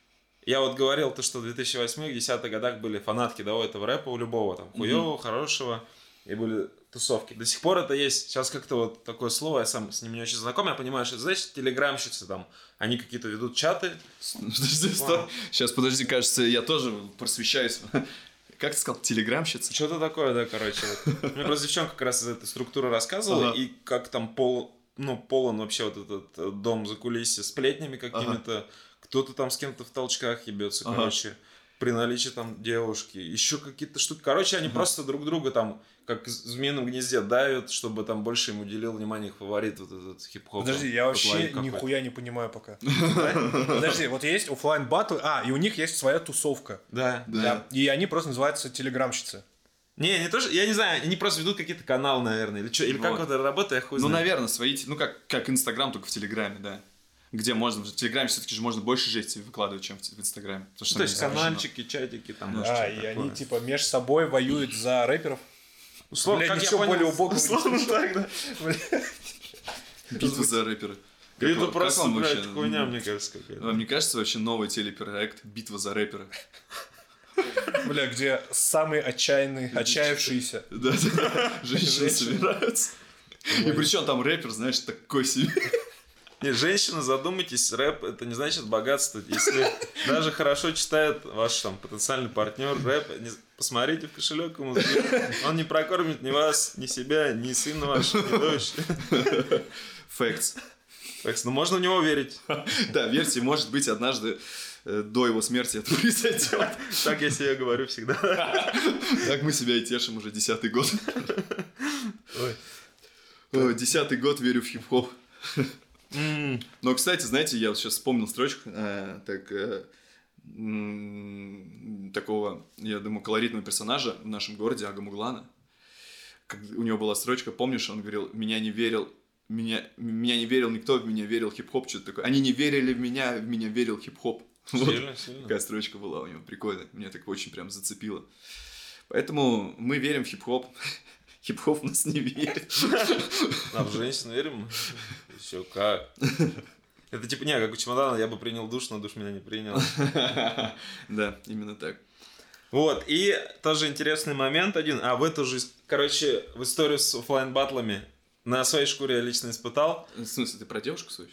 я вот говорил, то, что в две тысячи восьмом - десятых годах были фанатки, да, у этого рэпа, у любого там, хуёвого, mm-hmm. хорошего, и были тусовки. До сих пор это есть. Сейчас как-то вот такое слово, я сам с ним не очень знаком, я понимаю, что это, значит, телеграмщицы там, они какие-то ведут чаты. Подожди, стоп. Сейчас, подожди, кажется, я тоже просвещаюсь. Как ты сказал, телеграмщица? Что-то такое, да, короче. Вот. Мне просто девчонка как раз из этой структуры рассказывала, ага. и как там пол, ну, полон вообще вот этот дом за кулисье сплетнями какими-то, ага. кто-то там с кем-то в толчках ебется, ага. короче, при наличии там девушки, еще какие-то штуки. Короче, они ага. просто друг друга там, как в змеином гнезде давят, чтобы там больше им уделил внимание их фаворит, вот этот хип-хоп. Подожди, я вообще нихуя не понимаю пока. Подожди, вот есть офлайн батл, а, и у них есть своя тусовка. Да. Да. И они просто называются телеграмщицы. Не, не тоже, я не знаю, они просто ведут какие-то каналы, наверное, или что, или как это работает, я хуй знаю. Ну, наверное, свои, ну, как, как Инстаграм, только в Телеграме, да. Где можно, в Телеграме все-таки же можно больше жести выкладывать, чем в, в Инстаграме. То есть канальчики, чатики там. Да, и они типа между собой воюют за рэперов. Условно, Блядь, как еще я более понял, убого. условно так, да. Битва за рэпера. Это просто, блядь, хуйня, мне кажется, какая-то. Вам не кажется вообще новый телепроект «Битва за рэпера»? Бля, где самые отчаянные, отчаявшиеся. Да, да. Женщины собираются. И причем там рэпер, знаешь, такой себе. Нет, женщина, задумайтесь, рэп это не значит богатство. Если даже хорошо читает ваш там потенциальный партнер рэп, не, посмотрите в кошелек ему, он не прокормит ни вас, ни себя, ни сына вашего, ни дочь. Фактс. Фактс, но можно в него верить. Да, верьте, может быть, однажды до его смерти это произойдет. Так я себе говорю всегда. Так мы себя и тешим уже десятый год. Ой. Десятый год верю в хип-хоп. Mm. Но, кстати, знаете, я вот сейчас вспомнил строчку э, так, э, м- такого, я думаю, колоритного персонажа в нашем городе, Ага Муглана. Как, у него была строчка, помнишь, он говорил, меня не верил, меня, меня не верил никто, в меня верил хип-хоп, что-то такое. Они не верили в меня, в меня верил хип-хоп. Сильно, вот. сильно. Такая строчка была у него, прикольная, меня так очень прям зацепило. Поэтому мы верим в хип-хоп. Хип-хоп в нас не верит. А в женщин верим? Еще как. Это типа, не, как у чемодана, я бы принял душ, но душ меня не принял. Да, именно так. Вот, и тоже интересный момент один. А в эту же, короче, в историю с оффлайн-баттлами на своей шкуре я лично испытал. В смысле, ты про девушку свою?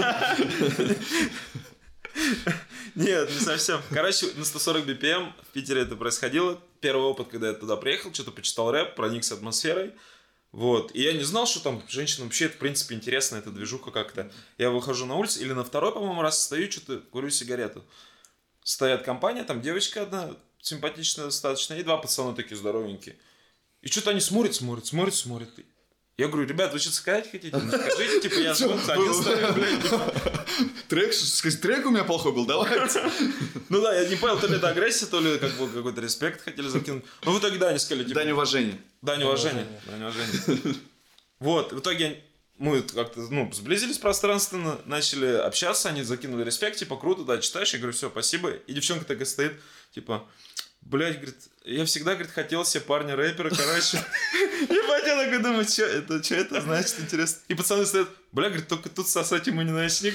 Нет, не совсем. Короче, на сто сорок би пи эм в Питере это происходило. Первый опыт, когда я туда приехал, что-то почитал рэп, проникся атмосферой. Вот. И я не знал, что там женщинам вообще, это, в принципе, интересно, эта движуха как-то. Я выхожу на улицу, или на второй, по-моему, раз стою, что-то курю сигарету. Стоят компания, там девочка одна, симпатичная достаточно, и два пацана такие здоровенькие. И что-то они смотрят, смотрят, смотрят, смотрят. Я говорю, ребят, вы что-то сказать хотите? Ну, скажите, типа, я живу один стою, блядь. Трек, скажи, трек у меня плохой был, давай. Ну да, я не понял, то ли это агрессия, то ли как бы какой-то респект хотели закинуть. Ну в итоге, да, они сказали, типа... Дань уважения. Дань уважения. Дань уважения. Вот, в итоге мы как-то, ну, сблизились пространственно, начали общаться, они закинули респект, типа, круто, да, читаешь, я говорю, все, спасибо. И девчонка такая стоит, типа... Блять, говорит, я всегда, говорит, хотел себе парня-рэпера, короче. Ебать, я такой думаю, что это, что это значит, интересно. И пацаны стоят, бля, говорит, только тут сосать ему не начни.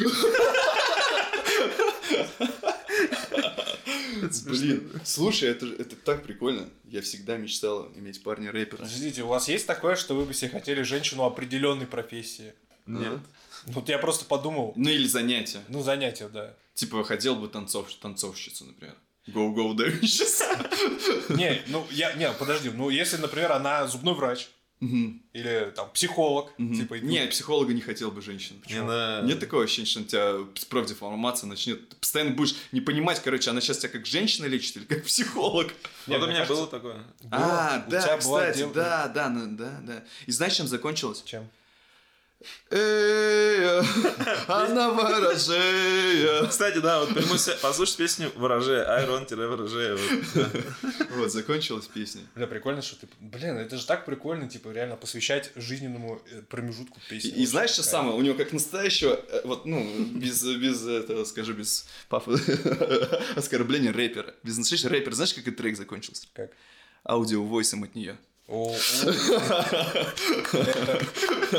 Блин, слушай, это, это так прикольно. Я всегда мечтал иметь парня-рэпера. Подождите, у вас есть такое, что вы бы себе хотели женщину определенной профессии? Нет. Вот я просто подумал. Ну или занятия. Ну, занятия, да. Типа, хотел бы танцов, танцовщицу, например. Go-go, да, сейчас. Не, ну, я, не, подожди, ну, если, например, она зубной врач, угу. или, там, психолог, угу. типа... Не, психолога не хотел бы женщина. Почему? Не, Нет такого ощущения, что у тебя профдеформация начнет... Ты постоянно будешь не понимать, короче, она сейчас тебя как женщина лечит или как психолог. Вот у меня было такое. А, да, кстати, да, да, да, да. И знаешь, чем закончилось? Чем? Она ворожея. Кстати, да, вот послушать песню «Ворожея», Айрон-ворожея. Вот, закончилась песня. Бля, прикольно, что ты... Блин, это же так прикольно, типа, реально посвящать жизненному промежутку песни. И знаешь, что самое? У него как настоящего, вот, ну, без, без этого, скажи, без пафа, оскорбления рэпера. Без настоящего рэпера. Знаешь, как этот трек закончился? Как? Аудио-войсом от нее.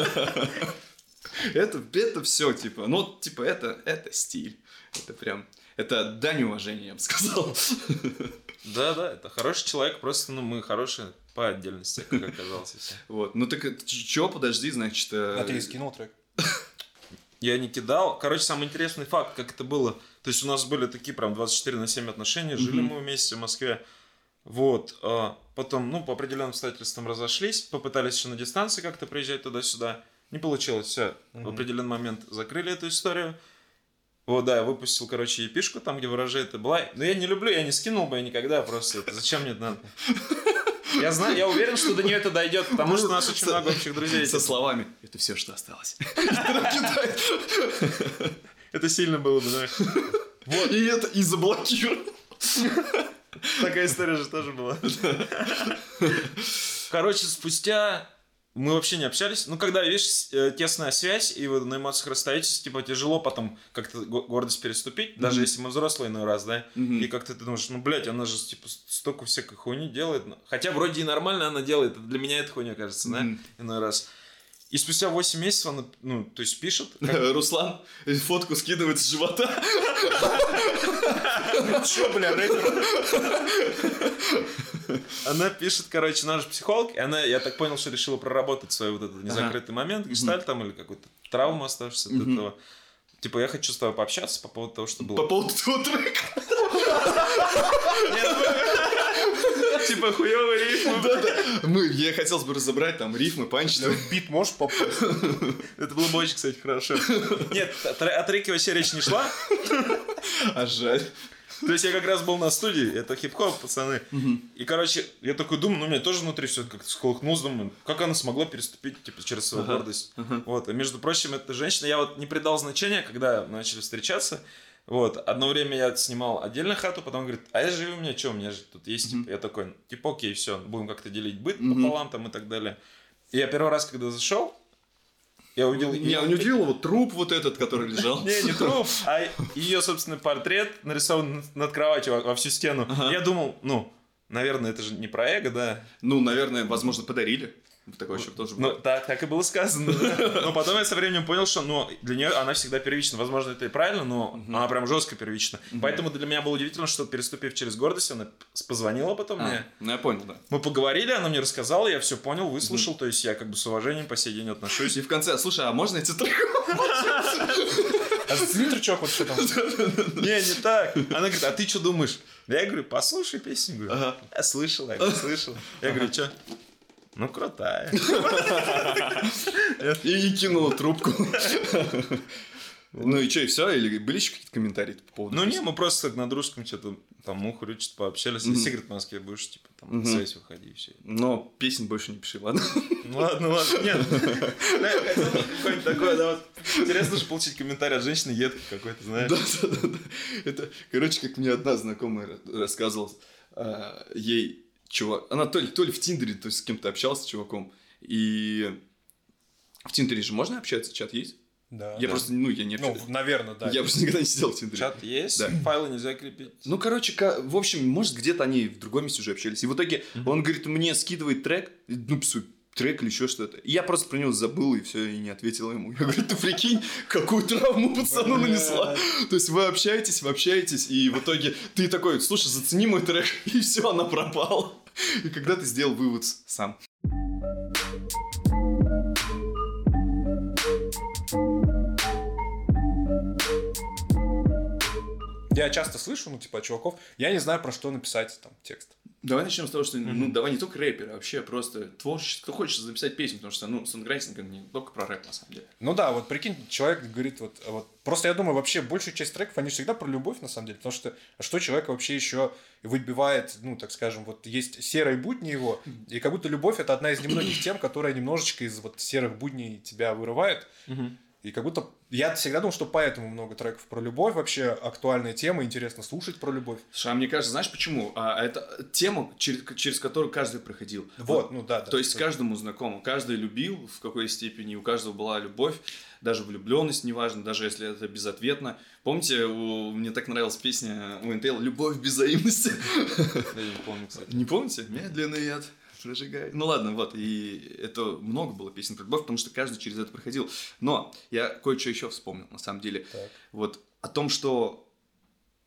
Это, это все, типа, ну, типа, это, это стиль. Это прям, Это дань уважения, я бы сказал. Да-да, это хороший человек, просто, ну, мы хорошие по отдельности, как оказалось. Вот, ну так чё, подожди, значит... А ты скинул трек? Я не кидал. Короче, самый интересный факт, как это было. То есть у нас были такие прям двадцать четыре на семь отношения, жили мы вместе в Москве. Вот, а потом, ну, по определенным обстоятельствам разошлись, попытались еще на дистанции как-то приезжать туда-сюда. Не получилось, все. В определенный момент закрыли эту историю. Вот, да, я выпустил, короче, эпишку там, где выражает это была. Но я не люблю, я не скинул бы никогда просто это. Зачем мне это надо? Я знаю, я уверен, что до нее это дойдет, потому что у нас очень много общих друзей. Со словами: это все, что осталось. Это сильно было бы, знаешь. Вот, и это и заблокировал. Такая история же тоже была. Короче, спустя... Мы вообще не общались. Ну, когда, видишь, тесная связь, и вы на эмоциях расстаетесь, типа, тяжело потом как-то гордость переступить, mm-hmm. даже если мы взрослые иной раз, да, mm-hmm. и как-то ты думаешь, ну, блядь, она же, типа, столько всякой хуйни делает. Хотя вроде и нормально она делает, для меня это хуйня, кажется, mm-hmm. да, иной раз. И спустя восемь месяцев она, ну, то есть пишет... Как... Руслан фотку скидывает с живота. Чё, бля, рэпер? Она пишет, короче, наш психолог, и она, я так понял, что решила проработать свой вот этот незакрытый момент, гештальт там, или какую-то травму оставшуюся от этого. Типа, я хочу с тобой пообщаться по поводу того, что было. По поводу твоего трека? Типа, хуёвые рифмы. Да-да. Мы, я хотел бы разобрать там рифмы, панчи. Бит можешь попасть? Это было бы очень, кстати, хорошо. Нет, о треке вообще речь не шла. А жаль. То есть я как раз был на студии, это хип-хоп, пацаны. Угу. И, короче, я такой думаю, ну, у меня тоже внутри все как-то сколыхнулось, думаю, как она смогла переступить, типа, через свою ага. гордость. Ага. Вот, и, между прочим, эта женщина, я вот не придал значения, когда мы начали встречаться. Вот, одно время я снимал отдельно хату, потом говорит, а я живу у меня, что, у меня же тут есть, типа, я такой, типа, окей, все, будем как-то делить быт mm-hmm. пополам там и так далее. И я первый раз, когда зашел, я увидел... Не, не удивил вот труп вот этот, который лежал. Не, не труп, а ее, собственно, портрет нарисован над кроватью во всю стену. Я думал, ну, наверное, это же не про эго, да? Ну, наверное, возможно, подарили. Такое еще тоже было. Ну, так, так и было сказано. Но потом я со временем понял, что ну, для нее она всегда первична. Возможно, это и правильно, но uh-huh. она прям жестко первична. Uh-huh. Поэтому для меня было удивительно, что, переступив через гордость, она позвонила потом а, мне. Ну, я понял, да. Мы поговорили, она мне рассказала, я все понял, выслушал. Uh-huh. То есть я как бы с уважением по сей день отношусь. И в конце, слушай, а можно эти трек? А зацени тречок вот что там. Не, не так. Она говорит, а ты что думаешь? Я говорю, послушай песню. Говорю, я слышал, я слышал. Я говорю, что? Ну, крутая. И кинула трубку. Ну и что, и все? Или были еще какие-то комментарии по поводу? Ну не, мы просто на дружеском что-то там муху что-то пообщались. И Секрет в Москве будешь, типа, там, на связь выходи и все. Но песен больше не пиши, ладно? Ну ладно, ладно. Нет. Я хотел какой-нибудь такой, да, вот. Интересно же получить комментарий от женщины едкий какой-то, знаешь. Да, да, да. Это, короче, как мне одна знакомая рассказывала, ей... Чувак, она то ли, то ли в Тиндере, то есть с кем-то общалась с чуваком. И в Тиндере же можно общаться? Чат есть? Да. Я да. просто, ну, я не общаюсь. Ну, наверное, да. Я просто никогда не сидел в Тиндере. Чат есть, да. Файлы нельзя крепить. Ну, короче, в общем, может, где-то они в другом месте уже общались. И в итоге mm-hmm. он говорит, мне скидывает трек, ну, псу, трек или еще что-то. И я просто про него забыл, и все, и не ответил ему. Я говорю, ты прикинь, какую травму пацану нанесла. То есть вы общаетесь, вы общаетесь, и в итоге ты такой, слушай, зацени мой трек, и все, она пропала. И когда ты сделал вывод сам. Я часто слышу, ну, типа, чуваков, я не знаю, про что написать там текст. Давай начнем с того, что, mm-hmm. ну, давай не только рэперы, а вообще просто творчество. Кто хочет записать песню, потому что, ну, сонграйтинг не только про рэп, на самом деле. Ну да, вот прикинь, человек говорит, вот, вот, просто я думаю, вообще большую часть треков, они всегда про любовь, на самом деле, потому что, а что человека вообще еще выбивает, ну, так скажем, вот есть серые будни его, и как будто любовь это одна из немногих тем, которая немножечко из вот серых будней тебя вырывает. Mm-hmm. И как будто... Я всегда думал, что поэтому много треков про любовь. Вообще актуальная тема, интересно слушать про любовь. Слушай, а мне кажется, знаешь почему? А, это тема, через, через которую каждый проходил. Вот, ну да. То да, есть да. каждому знакомо. Каждый любил в какой степени, у каждого была любовь. Даже влюбленность, неважно, даже если это безответно. Помните, у... мне так нравилась песня у эн тэ эл «Любовь без взаимности». Я не помню, кстати. Не помните? Медленный яд. Прожигай. Ну ладно, вот, и это много было песен про любовь, потому что каждый через это проходил. Но я кое-что еще вспомнил, на самом деле. Так. Вот о том, что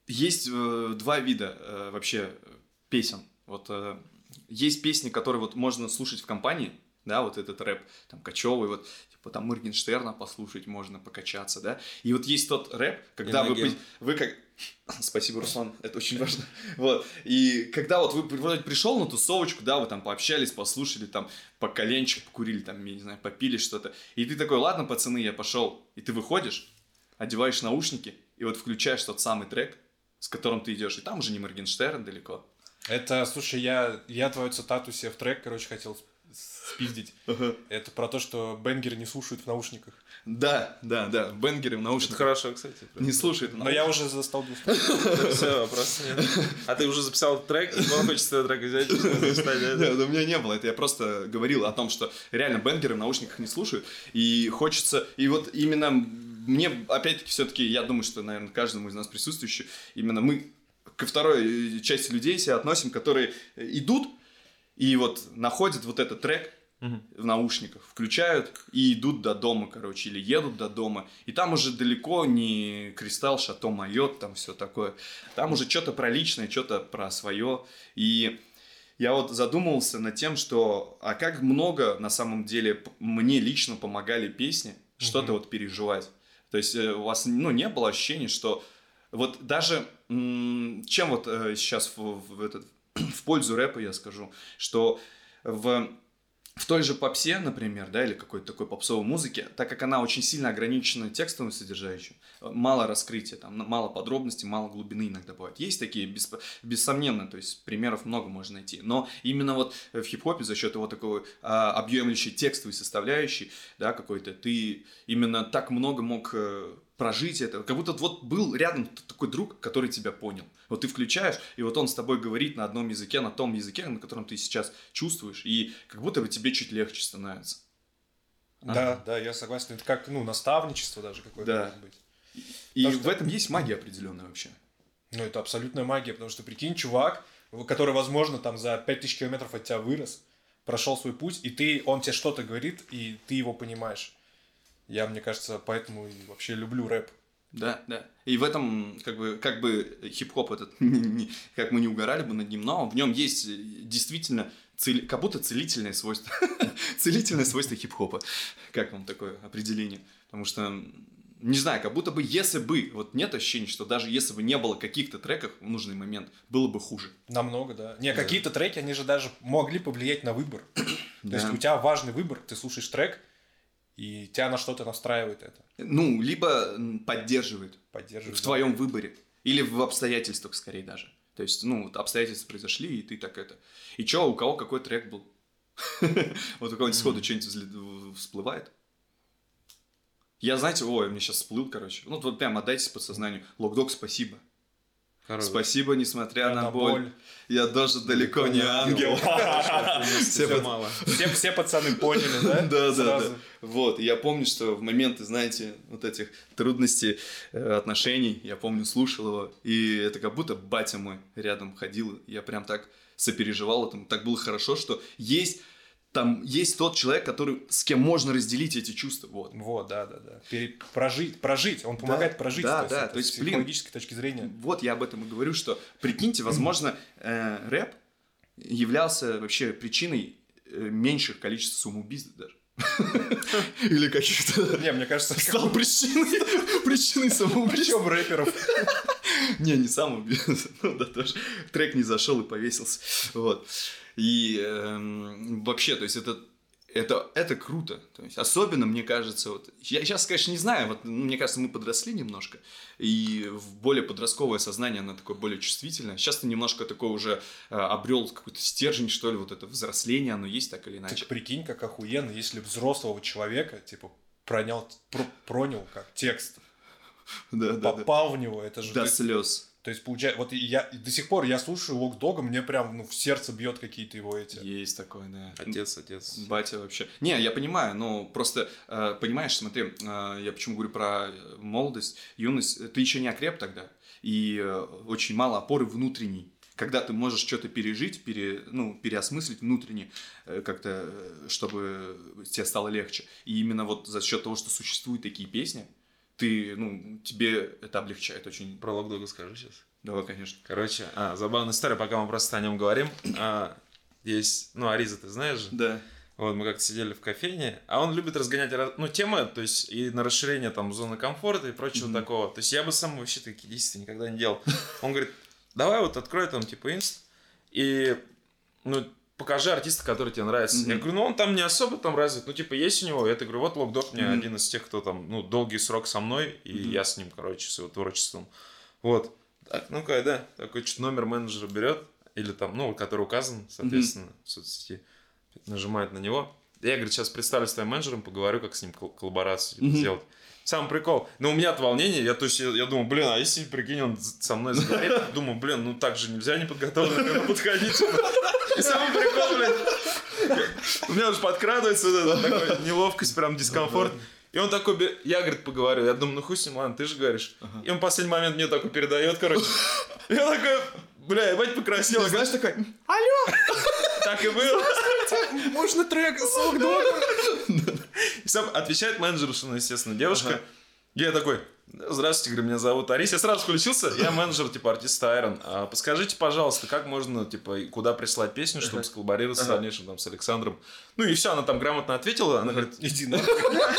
есть э, два вида э, вообще песен. Вот э, есть песни, которые вот можно слушать в компании, да, вот этот рэп, там, кочевый, вот, типа, там, Моргенштерна послушать можно, покачаться, да. И вот есть тот рэп, когда вы, вы как... Спасибо, Руслан, это очень важно. Вот, и когда вот вы вроде пришел на тусовочку, да, вы там пообщались, послушали, там, по коленчику покурили, там, я не знаю, попили что-то, и ты такой, ладно, пацаны, я пошел, и ты выходишь, одеваешь наушники, и вот включаешь тот самый трек, с которым ты идешь, и там уже не Моргенштерн далеко. Это, слушай, я, я твою цитату себе в трек, короче, хотел спиздить. Uh-huh. Это про то, что бенгеры не слушают в наушниках. Да, да, да, бенгеры в наушниках. Это хорошо, кстати. Не слушают. Но я уже застал двух. Все, вопрос нет. А ты уже записал трек, и он хочет этот трек взять? Нет, у меня не было. Это я просто говорил о том, что реально бенгеры в наушниках не слушают. И хочется... И вот именно мне, опять-таки, все-таки, я думаю, что, наверное, каждому из нас присутствующих, именно мы ко второй части людей себя относим, которые идут и вот находят вот этот трек, Uh-huh. в наушниках, включают и идут до дома, короче, или едут до дома. И там уже далеко не Кристалл, Шато Майот, там все такое. Там уже что-то про личное, что-то про свое. И я вот задумывался над тем, что а как много на самом деле мне лично помогали песни uh-huh. что-то вот переживать. То есть у вас, ну, не было ощущения, что вот даже м- чем вот э, сейчас в, в, этот, в пользу рэпа я скажу, что в В той же попсе, например, да, или какой-то такой попсовой музыке, так как она очень сильно ограничена текстовым содержанием, мало раскрытия, там, мало подробностей, мало глубины иногда бывает. Есть такие, без, бессомненно, то есть примеров много можно найти. Но именно вот в хип-хопе за счет его такой а, объемлющей текстовой составляющей, да, какой-то, ты именно так много мог прожить это, как будто вот был рядом такой друг, который тебя понял. Вот ты включаешь, и вот он с тобой говорит на одном языке, на том языке, на котором ты сейчас чувствуешь, и как будто бы тебе чуть легче становится. Да, ага. да, я согласен. Это как, ну, наставничество даже какое-то да. может быть. И потому в что... этом есть магия определенная вообще. Ну, это абсолютная магия, потому что, прикинь, чувак, который, возможно, там за пять тысяч километров от тебя вырос, прошел свой путь, и ты, он тебе что-то говорит, и ты его понимаешь. Я, мне кажется, поэтому и вообще люблю рэп. Да, да. И в этом, как бы, как бы хип-хоп этот, как мы не угорали бы над ним, но в нем есть действительно цели, как будто целительное свойство. Целительное свойство хип-хопа. Как вам такое определение? Потому что, не знаю, как будто бы, если бы, вот нет ощущения, что даже если бы не было каких-то треков в нужный момент, было бы хуже. Намного, да. Не, да. Какие-то треки, они же даже могли повлиять на выбор. Да. То есть у тебя важный выбор, ты слушаешь трек, и тебя на что-то настраивает это. Ну, либо поддерживает, поддерживает в да. твоем выборе. Или в обстоятельствах, скорее даже. То есть, ну, вот обстоятельства произошли, и ты так это... И чё, у кого какой трек был? Вот у кого-нибудь сходу что-нибудь всплывает? Я, знаете, ой, мне сейчас всплыл, короче. Ну, вот прям отдайтесь подсознанию. Локдог, спасибо. Хорошо. Спасибо, несмотря на, на боль. боль. Я даже далеко не ангел. Все пацаны поняли, да? Да, да, да. Вот, я помню, что в моменты, знаете, вот этих трудностей отношений, я помню, слушал его, и это как будто батя мой рядом ходил. Я прям так сопереживал этому. Так было хорошо, что есть... Там есть тот человек, который, с кем можно разделить эти чувства. Вот, вот да, да, да. Пере... Прожить, прожить. Он помогает да, прожить. Да, то да. Есть, то есть, с психологической блин, точки зрения. Вот я об этом и говорю, что, прикиньте, возможно, э, рэп являлся вообще причиной э, меньших количеств самоубийств даже. Или каких-то... Не, мне кажется... Стал причиной, причиной самоубийств. Причем рэперов. Не, не самоубийств. Ну да, тоже. Трек не зашел и повесился. Вот. И э, вообще, то есть это, это, это круто. То есть, особенно, мне кажется, вот, я сейчас, конечно, не знаю, вот, мне кажется, мы подросли немножко, и в более подростковое сознание, оно такое более чувствительное. Сейчас ты немножко такое уже э, обрел какой-то стержень, что ли, вот это взросление, оно есть так или иначе. Так прикинь, как охуенно, если взрослого человека, типа, пронял, про, пронял как текст, да, да, попал да. в него, это же... До слез. То есть, получается, вот я до сих пор я слушаю Локдога, мне прям ну, в сердце бьет какие-то его эти. Есть такое, да. Отец, отец. Батя вообще. Не, я понимаю, но просто, э, понимаешь, смотри, э, я почему говорю про молодость, юность, ты еще не окреп тогда, и э, очень мало опоры внутренней. Когда ты можешь что-то пережить, пере, ну, переосмыслить внутренне, э, как-то, э, чтобы тебе стало легче. И именно вот за счет того, что существуют такие песни, ты, ну, тебе это облегчает очень. Про Локдога скажи сейчас. Да, конечно. Короче, а, забавная история, пока мы просто о нем говорим. А, есть, ну, Ариза, ты знаешь же? Да. Вот, мы как-то сидели в кофейне, а он любит разгонять, ну, темы, то есть, и на расширение, там, зоны комфорта и прочего mm-hmm. такого. То есть, я бы сам вообще такие действия никогда не делал. Он говорит, давай вот открой там, типа, инст, и, ну, покажи артиста, который тебе нравится. Mm-hmm. Я говорю, ну, он там не особо там развит, ну, типа, есть у него. Я говорю, вот Локдог мне mm-hmm. один из тех, кто там, ну, долгий срок со мной, и mm-hmm. я с ним, короче, с его творчеством. Вот. Так, ну-ка, да, такой что-то номер менеджера берет, или там, ну, который указан, соответственно, mm-hmm. в соцсети, нажимает на него. Я, говорит, сейчас представлюсь твоим менеджером, поговорю, как с ним кол- коллаборацию mm-hmm. сделать. Самый прикол. Но у меня от волнения, я, то есть, я, я думаю, блин, а если, прикинь, он со мной заговорит, думаю, блин, ну так же нельзя не подготовленному подходить. И самый прикол, блин, у меня уже подкрадывается вот эта такая неловкость, прям дискомфорт. И он такой, я, говорит, поговорю. Я думаю, ну хуй с ним, ладно, ты же говоришь. Ага. И он в последний момент мне такой передает, короче. Я такой, бля, ебать покраснел. Ты знаешь, такой, алло! Так и было. Можно трек с Локдогом? И сам отвечает менеджеру, что, ну, естественно, девушка. Ага. Я такой, здравствуйте, говорю, меня зовут Арис. Я сразу включился, я менеджер, типа, артиста Айрон. А подскажите, пожалуйста, как можно, типа, куда прислать песню, чтобы ага. сколлаборироваться ага. в дальнейшем там с Александром. Ну и все, она там грамотно ответила. Она говорит, иди нахуй.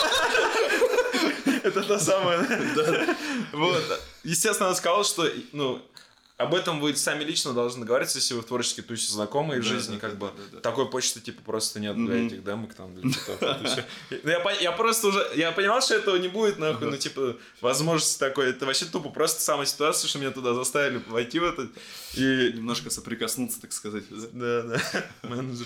Это та самая. Вот. Естественно, она сказала, что, ну, об этом вы сами лично должны договориться, если вы в творчески тусите знакомые в жизни, как бы. Такой почты, типа, просто нет для этих демок там, для чего-то. Я просто уже, я понимал, что этого не будет, нахуй, ну, типа, возможности такой. Это вообще тупо просто самая ситуация, что меня туда заставили войти в это. И немножко соприкоснуться, так сказать. Да, да. Менеджер.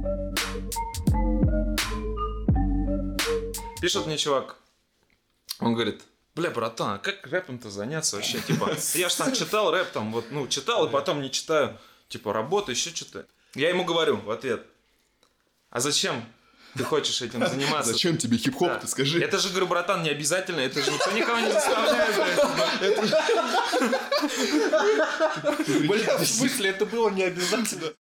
Пишет мне чувак. Он говорит, бля, братан, а как рэпом-то заняться вообще? Типа, я ж там читал рэп, там, вот, ну, читал, и потом не читаю. Типа, работа, еще что-то. Я ему говорю в ответ, а зачем ты хочешь этим заниматься? Зачем тебе хип-хоп, да. Ты скажи? Это же, говорю, братан, не обязательно, это же никто никого не заставляет. Бля, в смысле, это было не обязательно?